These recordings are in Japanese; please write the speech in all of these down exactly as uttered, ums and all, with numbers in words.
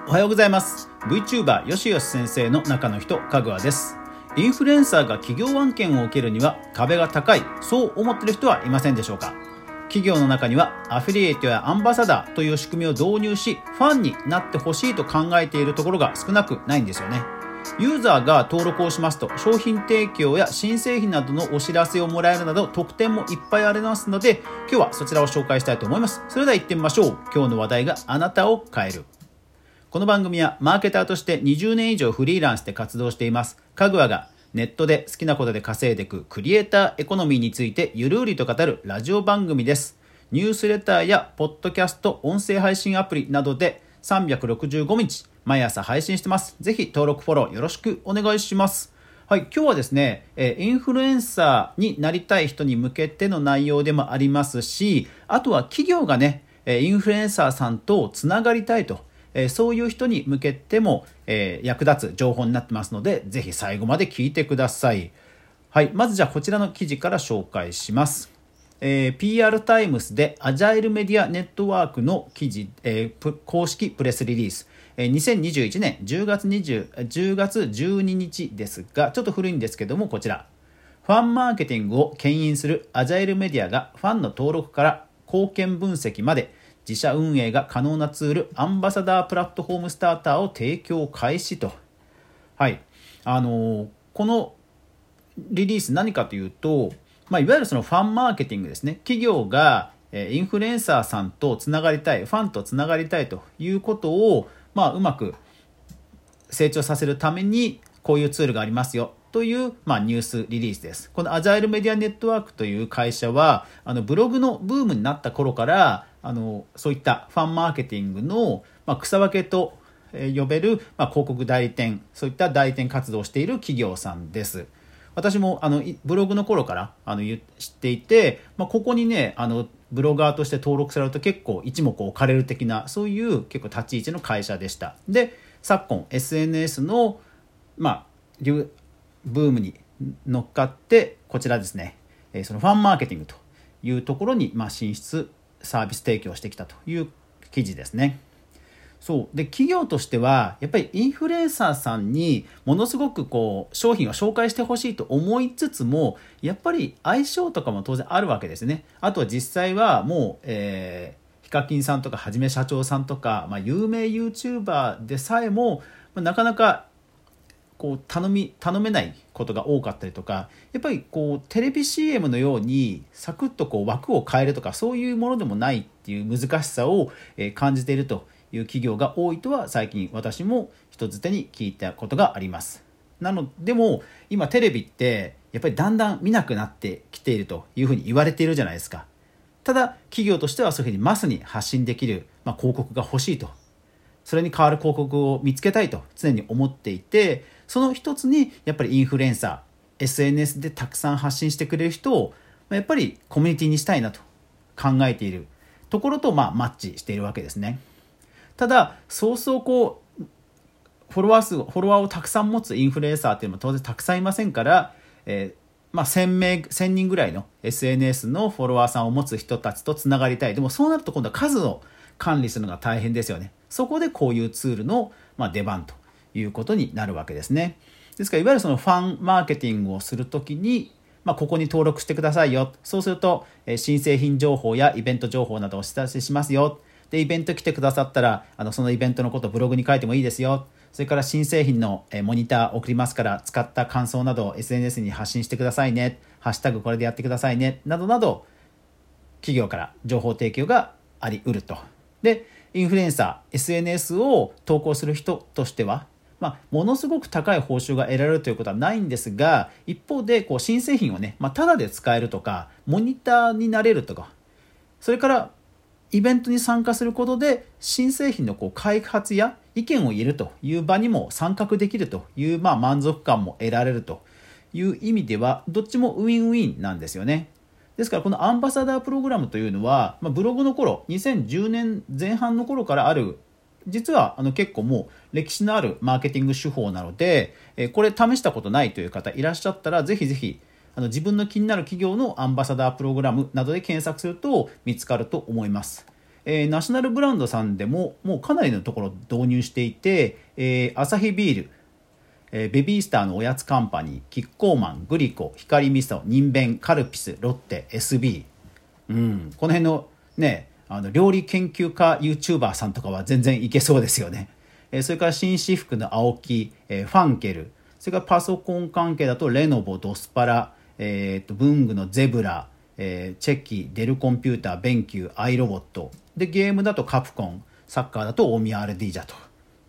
おはようございます。 VTuber よしよし先生の中の人、かぐわです。インフルエンサーが企業案件を受けるには壁が高い、そう思っている人はいませんでしょうか。企業の中にはアフィリエイトやアンバサダーという仕組みを導入し、ファンになってほしいと考えているところが少なくないんですよね。ユーザーが登録をしますと、商品提供や新製品などのお知らせをもらえるなど特典もいっぱいありますので、今日はそちらを紹介したいと思います。それでは行ってみましょう。今日の話題があなたを変える。この番組はマーケターとしてにじゅうねん以上フリーランスで活動していますかぐわが、ネットで好きなことで稼いでいくクリエイターエコノミーについてゆるうりと語るラジオ番組です。ニュースレターやポッドキャスト、音声配信アプリなどでさんびゃくろくじゅうごにち毎朝配信してます。ぜひ登録フォローよろしくお願いします。はい、今日はですね、インフルエンサーになりたい人に向けての内容でもありますし、あとは企業がね、インフルエンサーさんとつながりたいと、そういう人に向けても役立つ情報になってますので、ぜひ最後まで聞いてください。はい、まずじゃあこちらの記事から紹介します。えー、ピーアール タイムスでアジャイルメディアネットワークの記事、えー、公式プレスリリース、えー、にせんにじゅういちねんじゅうがつじゅうににちですが、ちょっと古いんですけども、こちらファンマーケティングを牽引するアジャイルメディアがファンの登録から貢献分析まで自社運営が可能なツール、アンバサダープラットフォームスターターを提供開始と。はい、あのー、このリリース何かというと、まあ、いわゆるそのファンマーケティングですね。企業がインフルエンサーさんとつながりたい、ファンとつながりたいということを、まあ、うまく成長させるためにこういうツールがありますよという、まあ、ニュースリリースです。このアジャイルメディアネットワークという会社は、あのブログのブームになった頃からあのそういったファンマーケティングの、まあ、草分けと呼べる、まあ、広告代理店、そういった代理店活動をしている企業さんです。私もあのブログの頃からあの知っていて、まあ、ここにね、あのブロガーとして登録されると結構一目置かれる的な、そういう結構立ち位置の会社でした。で、昨今 エスエヌエス の、まあ、ブームに乗っかってこちらですね、そのファンマーケティングというところに、まあ、進出サービス提供してきたという記事ですね。そうで、企業としてはやっぱりインフルエンサーさんにものすごくこう商品を紹介してほしいと思いつつも、やっぱり相性とかも当然あるわけですね。あとは実際はもう、えー、ヒカキンさんとかはじめ社長さんとか、まあ、有名 YouTuber でさえも、まあ、なかなかこう頼み頼めないことが多かったりとか、やっぱりこうテレビ シーエム のようにサクッとこう枠を変えるとか、そういうものでもないっていう難しさを感じているという企業が多いとは最近私も人づてに聞いたことがあります。なのでも今テレビってやっぱりだんだん見なくなってきているというふうに言われているじゃないですか。ただ企業としてはそういうふうにマスに発信できる、まあ、広告が欲しいと、それに代わる広告を見つけたいと常に思っていて、その一つにやっぱりインフルエンサー エスエヌエス でたくさん発信してくれる人をやっぱりコミュニティにしたいなと考えているところと、まあ、マッチしているわけですね。ただそうそうこうフォロワー数フォロワーをたくさん持つインフルエンサーっていうのも当然たくさんいませんから、えーまあ、せんめいせんにんぐらいの エスエヌエス のフォロワーさんを持つ人たちとつながりたい。でもそうなると今度は数を管理するのが大変ですよね。そこでこういうツールの、まあ、出番ということになるわけですね。ですからいわゆるそのファンマーケティングをするときに、まあ、ここに登録してくださいよ。そうすると、えー、新製品情報やイベント情報などをお知らせしますよ。でイベント来てくださったらあのそのイベントのことをブログに書いてもいいですよ。それから新製品のモニター送りますから使った感想などを エスエヌエス に発信してくださいね。ハッシュタグこれでやってくださいね。などなど企業から情報提供があり得ると。でインフルエンサー エスエヌエス を投稿する人としては、まあ、ものすごく高い報酬が得られるということはないんですが、一方でこう新製品をね、まあ、タダで使えるとかモニターになれるとか、それからイベントに参加することで新製品のこう開発や意見を言えるという場にも参画できるという、まあ、満足感も得られるという意味ではどっちもウィンウィンなんですよね。ですからこのアンバサダープログラムというのは、まあ、ブログの頃にせんじゅうねんぜん半の頃からある、実はあの結構もう歴史のあるマーケティング手法なので、えこれ試したことないという方いらっしゃったらぜひぜひあの自分の気になる企業のアンバサダープログラムなどで検索すると見つかると思います。 えー、ナショナルブランドさんでももうかなりのところ導入していて、えー、アサヒビール、えー、ベビースターのおやつカンパニー、キッコーマン、グリコ、光味噌、ニンベン、カルピス、ロッテ、エスビー、うん、この辺のね、あの料理研究家 YouTuber さんとかは全然いけそうですよね。えー、それから紳士服の青木、えー、ファンケル、それからパソコン関係だとレノボ、ドスパラ、えー、と文具のゼブラ、えー、チェキ、デルコンピューター、ベンキュー、アイロボットで、ゲームだとカプコン、サッカーだとオミアールディージャと。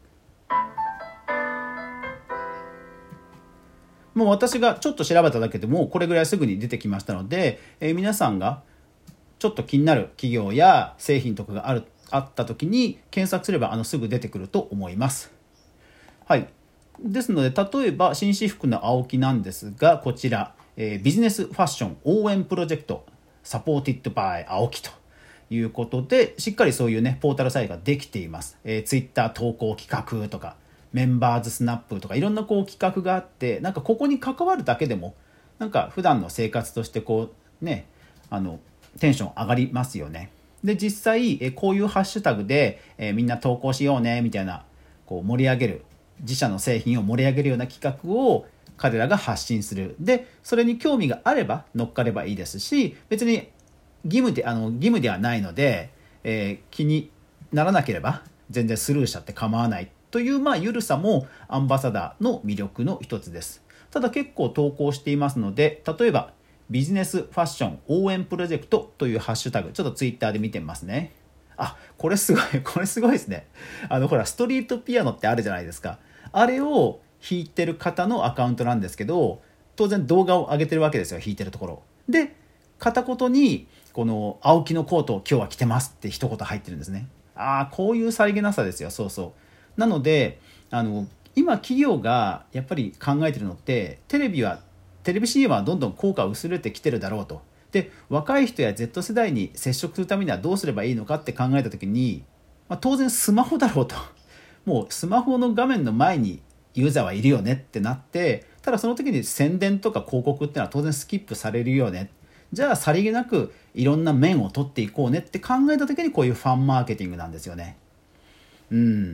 もう私がちょっと調べただけでもこれぐらいすぐに出てきましたので、えー、皆さんがちょっと気になる企業や製品とかがあるあった時に検索すればあのすぐ出てくると思います。はい。ですので、例えば紳士服の青木なんですが、こちら、えー、ビジネスファッション応援プロジェクトサポーティッドバイ青木ということで、しっかりそういうねポータルサイトができています。えー、ツイッター投稿企画とかメンバーズスナップとかいろんなこう企画があって、なんかここに関わるだけでもなんか普段の生活としてこうね、あのテンション上がりますよね。で、実際えこういうハッシュタグで、えー、みんな投稿しようねみたいなこう盛り上げる、自社の製品を盛り上げるような企画を彼らが発信する。で、それに興味があれば乗っかればいいですし、別に義務であの義務ではないので、えー、気にならなければ全然スルーしちゃって構わないという、まあ緩さもアンバサダーの魅力の一つです。ただ結構投稿していますので、例えばビジネスファッション応援プロジェクトというハッシュタグ、ちょっとツイッターで見てみますね。あ、これすごい、これすごいですね。あのほらストリートピアノってあるじゃないですか。あれを弾いてる方のアカウントなんですけど、当然動画を上げてるわけですよ、弾いてるところで。片言にこの青木のコートを今日は着てますって一言入ってるんですね。ああ、こういうさりげなさですよ。そうそう。なのであの今企業がやっぱり考えてるのって、テレビはテレビ シーエム はどんどん効果が薄れてきてるだろうと。で、若い人や Z 世代に接触するためにはどうすればいいのかって考えた時に、まあ、当然スマホだろうと。もうスマホの画面の前にユーザーはいるよねってなって、ただその時に宣伝とか広告っていうのは当然スキップされるよね。じゃあさりげなくいろんな面を取っていこうねって考えた時にこういうファンマーケティングなんですよね。うん。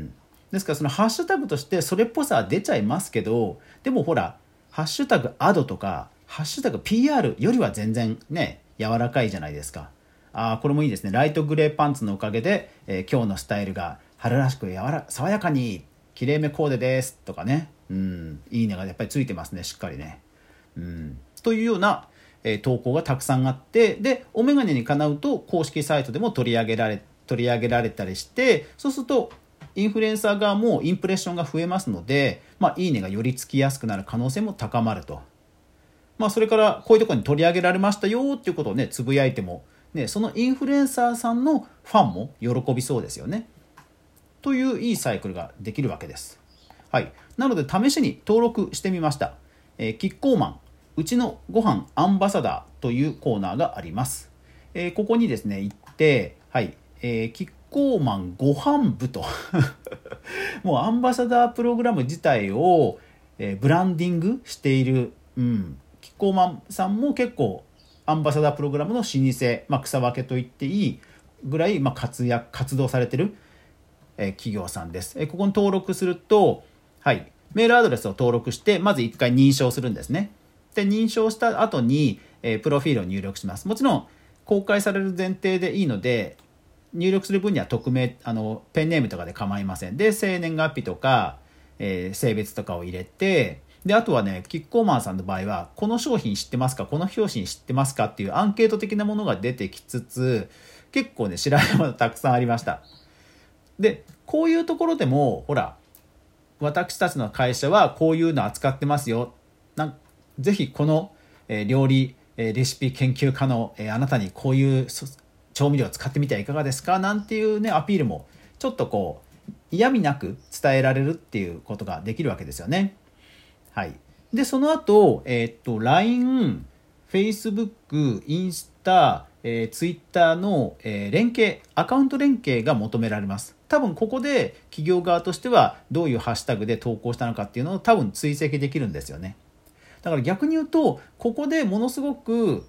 ですからそのハッシュタグとしてそれっぽさは出ちゃいますけど、でもほらハッシュタグアドとかハッシュタグ ピーアール よりは全然ね柔らかいじゃないですか。ああ、これもいいですね。ライトグレーパンツのおかげで、えー、今日のスタイルが春らしく柔ら爽やかにきれいめコーデですとかね、うん、いいねがやっぱりついてますね、しっかりね。うん、というような、えー、投稿がたくさんあって、でお眼鏡にかなうと公式サイトでも取り上げられ取り上げられたりして、そうするとインフルエンサー側もインプレッションが増えますので、まあ、いいねがよりつきやすくなる可能性も高まると。まあ、それからこういうところに取り上げられましたよっていうことをねつぶやいても、ね、そのインフルエンサーさんのファンも喜びそうですよね。といういいサイクルができるわけです。はい、なので試しに登録してみました。えー、キッコーマンうちのご飯アンバサダーというコーナーがあります。えー、ここにですね行って、はい、えー、キッコーマンご飯部ともうアンバサダープログラム自体を、えー、ブランディングしている、うん、キッコーマンさんも結構アンバサダープログラムの老舗、まあ、草分けと言っていいぐらい、まあ、活躍活動されている、えー、企業さんです。えー、ここに登録すると、はい、メールアドレスを登録してまずいっかい認証するんですね。で認証した後に、えー、プロフィールを入力します。もちろん公開される前提でいいので入力する分には匿名あのペンネームとかで構いません。で生年月日とか、えー、性別とかを入れて、であとはねキッコーマンさんの場合はこの商品知ってますか、この表紙知ってますかっていうアンケート的なものが出てきつつ、結構ね知らないものたくさんありました。でこういうところでもほら私たちの会社はこういうの扱ってますよ、なんぜひこの、えー、料理、えー、レシピ研究家の、えー、あなたにこういう調味料を使ってみてはいかがですかなんていうねアピールもちょっとこう嫌味なく伝えられるっていうことができるわけですよね。はい。でその後、えー、っと ライン、Facebook、インスタ、えー、Twitter の、えー、連携アカウント連携が求められます。多分ここで企業側としてはどういうハッシュタグで投稿したのかっていうのを多分追跡できるんですよね。だから逆に言うとここでものすごく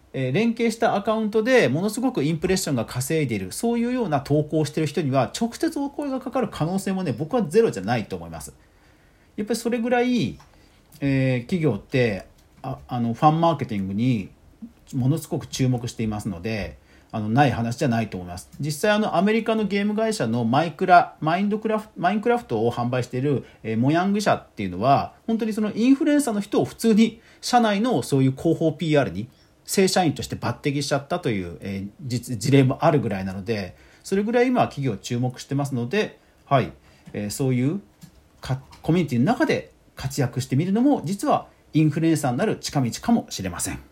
えー、連携したアカウントでものすごくインプレッションが稼いでいる、そういうような投稿をしている人には直接お声がかかる可能性もね、僕はゼロじゃないと思います。やっぱりそれぐらい、えー、企業ってああのファンマーケティングにものすごく注目していますので、あのない話じゃないと思います。実際あのアメリカのゲーム会社のマイクラマインドクラフマインクラフトを販売している、えー、モヤング社っていうのは本当にそのインフルエンサーの人を普通に社内のそういう広報 ピーアール に正社員として抜擢しちゃったという、えー、実事例もあるぐらいなので、それぐらい今は企業注目してますので、はい、えー、そういうかコミュニティの中で活躍してみるのも実はインフルエンサーになる近道かもしれません。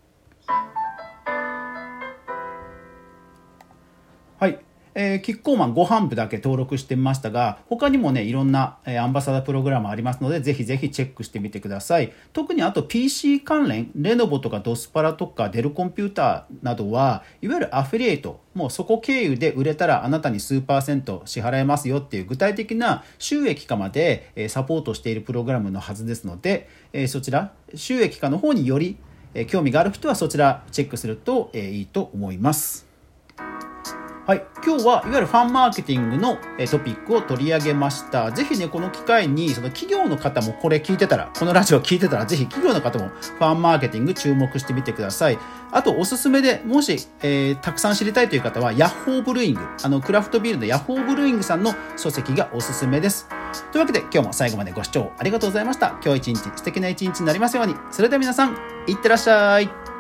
はい、えー、キッコーマンご販部だけ登録してみましたが、他にもねいろんな、えー、アンバサダープログラムありますので、ぜひぜひチェックしてみてください。特にあと ピーシー 関連、レノボとかドスパラとかデルコンピューターなどはいわゆるアフィリエイト、もうそこ経由で売れたらあなたに数パーセント支払えますよっていう具体的な収益化まで、えー、サポートしているプログラムのはずですので、えー、そちら収益化の方により、えー、興味がある人はそちらチェックすると、えー、いいと思います。はい、今日はいわゆるファンマーケティングのトピックを取り上げました。ぜひねこの機会にその企業の方もこれ聞いてたら、このラジオ聞いてたら、ぜひ企業の方もファンマーケティング注目してみてください。あとおすすめでもし、えー、たくさん知りたいという方はヤッホーブルーイング、あのクラフトビールのヤッホーブルーイングさんの書籍がおすすめです。というわけで今日も最後までご視聴ありがとうございました。今日一日素敵な一日になりますように。それでは皆さんいってらっしゃい。